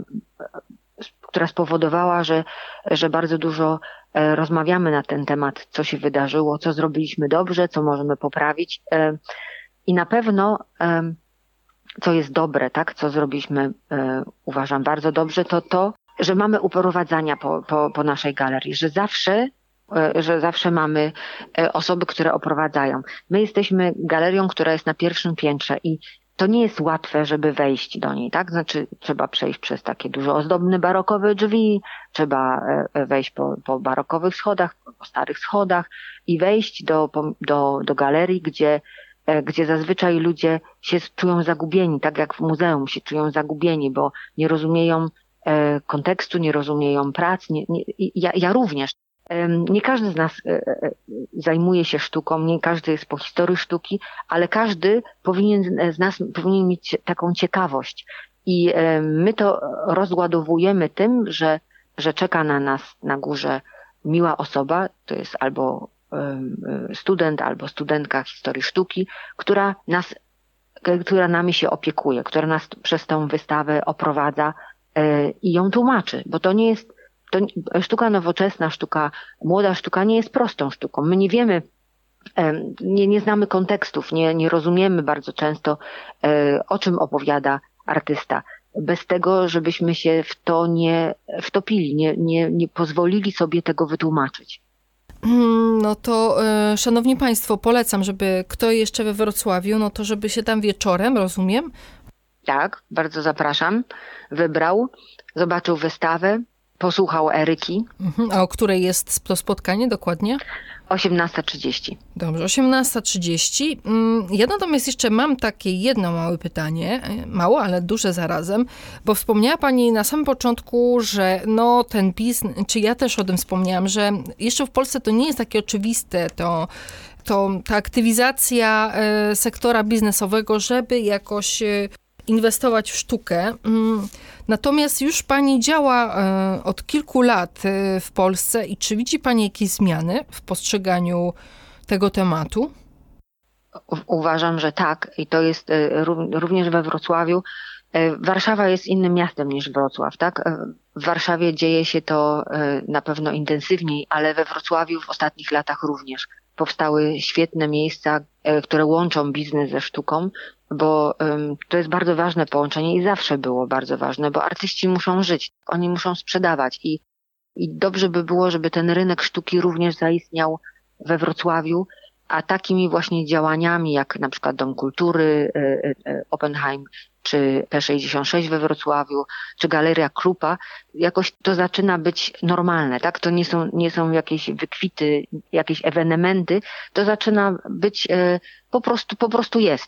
która spowodowała, że, że bardzo dużo rozmawiamy na ten temat, co się wydarzyło, co zrobiliśmy dobrze, co możemy poprawić. I na pewno, co jest dobre, tak, co zrobiliśmy, uważam, bardzo dobrze, to to, że mamy uprowadzania po, po, po naszej galerii, że zawsze że zawsze mamy osoby, które oprowadzają. My jesteśmy galerią, która jest na pierwszym piętrze i to nie jest łatwe, żeby wejść do niej, tak? Znaczy trzeba przejść przez takie dużo ozdobne barokowe drzwi, trzeba wejść po, po barokowych schodach, po starych schodach i wejść do, do, do galerii, gdzie, gdzie zazwyczaj ludzie się czują zagubieni, tak jak w muzeum się czują zagubieni, bo nie rozumieją kontekstu, nie rozumieją prac. Nie, nie, ja, ja również. Nie każdy z nas zajmuje się sztuką, nie każdy jest po historii sztuki, ale każdy powinien z nas powinien mieć taką ciekawość. I my to rozładowujemy tym, że, że czeka na nas na górze miła osoba, to jest albo student, albo studentka historii sztuki, która nas, która nami się opiekuje, która nas przez tą wystawę oprowadza i ją tłumaczy, bo to nie jest To sztuka nowoczesna, sztuka, młoda sztuka nie jest prostą sztuką. My nie wiemy, nie, nie znamy kontekstów, nie, nie rozumiemy bardzo często, o czym opowiada artysta. Bez tego, żebyśmy się w to nie wtopili, nie, nie, nie pozwolili sobie tego wytłumaczyć. No to, szanowni państwo, polecam, żeby kto jeszcze we Wrocławiu, no to żeby się tam wieczorem, rozumiem? Tak, bardzo zapraszam. Wybrał, zobaczył wystawę, posłuchał Eryki. Mhm. A o której jest to spotkanie dokładnie? osiemnasta trzydzieści. Dobrze, osiemnasta trzydzieści. Ja natomiast jeszcze mam takie jedno małe pytanie, mało, ale duże zarazem, bo wspomniała pani na samym początku, że no ten biznes, czy ja też o tym wspomniałam, że jeszcze w Polsce to nie jest takie oczywiste, to, to ta aktywizacja sektora biznesowego, żeby jakoś inwestować w sztukę. Natomiast już pani działa od kilku lat w Polsce i czy widzi pani jakieś zmiany w postrzeganiu tego tematu? Uważam, że tak i to jest również we Wrocławiu. Warszawa jest innym miastem niż Wrocław, tak? W Warszawie dzieje się to na pewno intensywniej, ale we Wrocławiu w ostatnich latach również powstały świetne miejsca, które łączą biznes ze sztuką, bo um, to jest bardzo ważne połączenie i zawsze było bardzo ważne, bo artyści muszą żyć, oni muszą sprzedawać i, i dobrze by było, żeby ten rynek sztuki również zaistniał we Wrocławiu, a takimi właśnie działaniami jak na przykład Dom Kultury, y, y, Oppenheim, czy P sześćdziesiąt sześć we Wrocławiu, czy Galeria Krupa, jakoś to zaczyna być normalne, tak? To nie są, nie są jakieś wykwity, jakieś ewenementy, to zaczyna być y, po prostu, po prostu jest.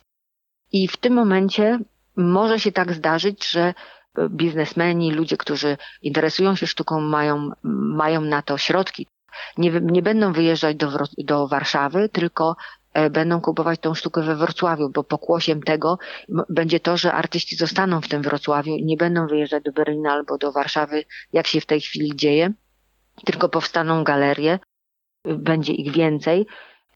I w tym momencie może się tak zdarzyć, że biznesmeni, ludzie, którzy interesują się sztuką, mają, mają na to środki. Nie, nie będą wyjeżdżać do, do Warszawy, tylko będą kupować tą sztukę we Wrocławiu, bo pokłosiem tego będzie to, że artyści zostaną w tym Wrocławiu i nie będą wyjeżdżać do Berlina albo do Warszawy, jak się w tej chwili dzieje, tylko powstaną galerie, będzie ich więcej.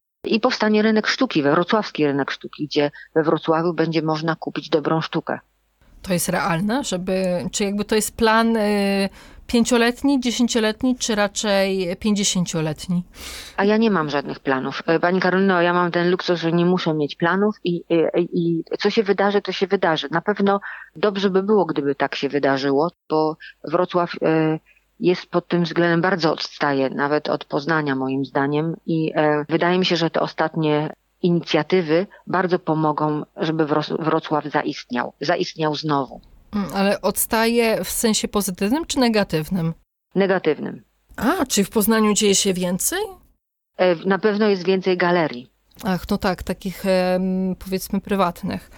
I powstanie rynek sztuki, wrocławski rynek sztuki, gdzie we Wrocławiu będzie można kupić dobrą sztukę. To jest realne, żeby, czy jakby to jest plan y, pięcioletni, dziesięcioletni, czy raczej pięćdziesięcioletni? A ja nie mam żadnych planów. Pani Karolino, ja mam ten luksus, że nie muszę mieć planów i, i, i co się wydarzy, to się wydarzy. Na pewno dobrze by było, gdyby tak się wydarzyło, bo Wrocław y, jest pod tym względem bardzo odstaje, nawet od Poznania moim zdaniem i e, wydaje mi się, że te ostatnie inicjatywy bardzo pomogą, żeby Wrocław zaistniał, zaistniał znowu. Ale odstaje w sensie pozytywnym czy negatywnym? Negatywnym. A, czy w Poznaniu dzieje się więcej? E, na pewno jest więcej galerii. Ach, no tak, takich e, powiedzmy prywatnych.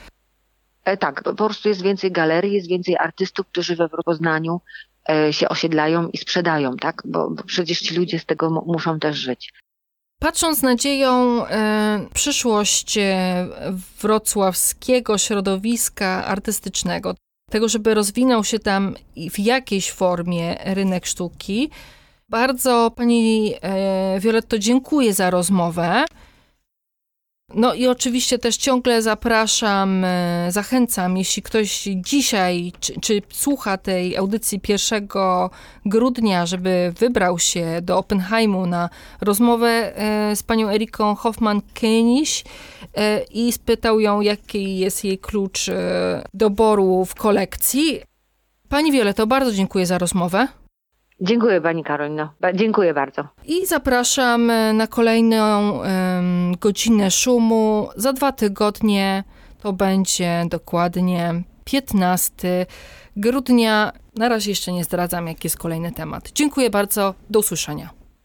E, tak, po prostu jest więcej galerii, jest więcej artystów, którzy we Poznaniu się osiedlają i sprzedają, tak? Bo, bo przecież ci ludzie z tego m- muszą też żyć. Patrząc z nadzieją e, przyszłość e, wrocławskiego środowiska artystycznego, tego, żeby rozwinął się tam w jakiejś formie rynek sztuki, bardzo pani e, Violetto dziękuję za rozmowę. No i oczywiście też ciągle zapraszam, zachęcam, jeśli ktoś dzisiaj, czy, czy słucha tej audycji pierwszego grudnia, żeby wybrał się do Oppenheimu na rozmowę z panią Eriką Hoffman-Koenig i spytał ją, jaki jest jej klucz doboru w kolekcji. Pani Violetto, bardzo dziękuję za rozmowę. Dziękuję pani Karolino, ba- dziękuję bardzo. I zapraszam na kolejną um, godzinę szumu. Za dwa tygodnie to będzie dokładnie piętnastego grudnia. Na razie jeszcze nie zdradzam, jaki jest kolejny temat. Dziękuję bardzo, do usłyszenia.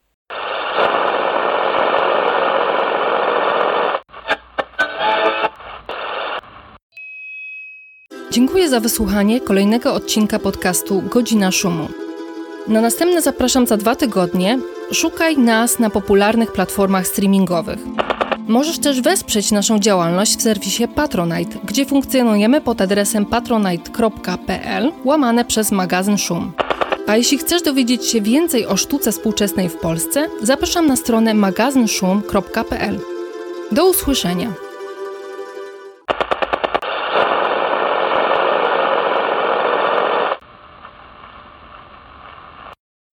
Dziękuję za wysłuchanie kolejnego odcinka podcastu Godzina Szumu. Na następne zapraszam za dwa tygodnie. Szukaj nas na popularnych platformach streamingowych. Możesz też wesprzeć naszą działalność w serwisie Patronite, gdzie funkcjonujemy pod adresem patronite kropka p l łamane przez magazyn Szum. A jeśli chcesz dowiedzieć się więcej o sztuce współczesnej w Polsce, zapraszam na stronę magazyn szum kropka p l. Do usłyszenia!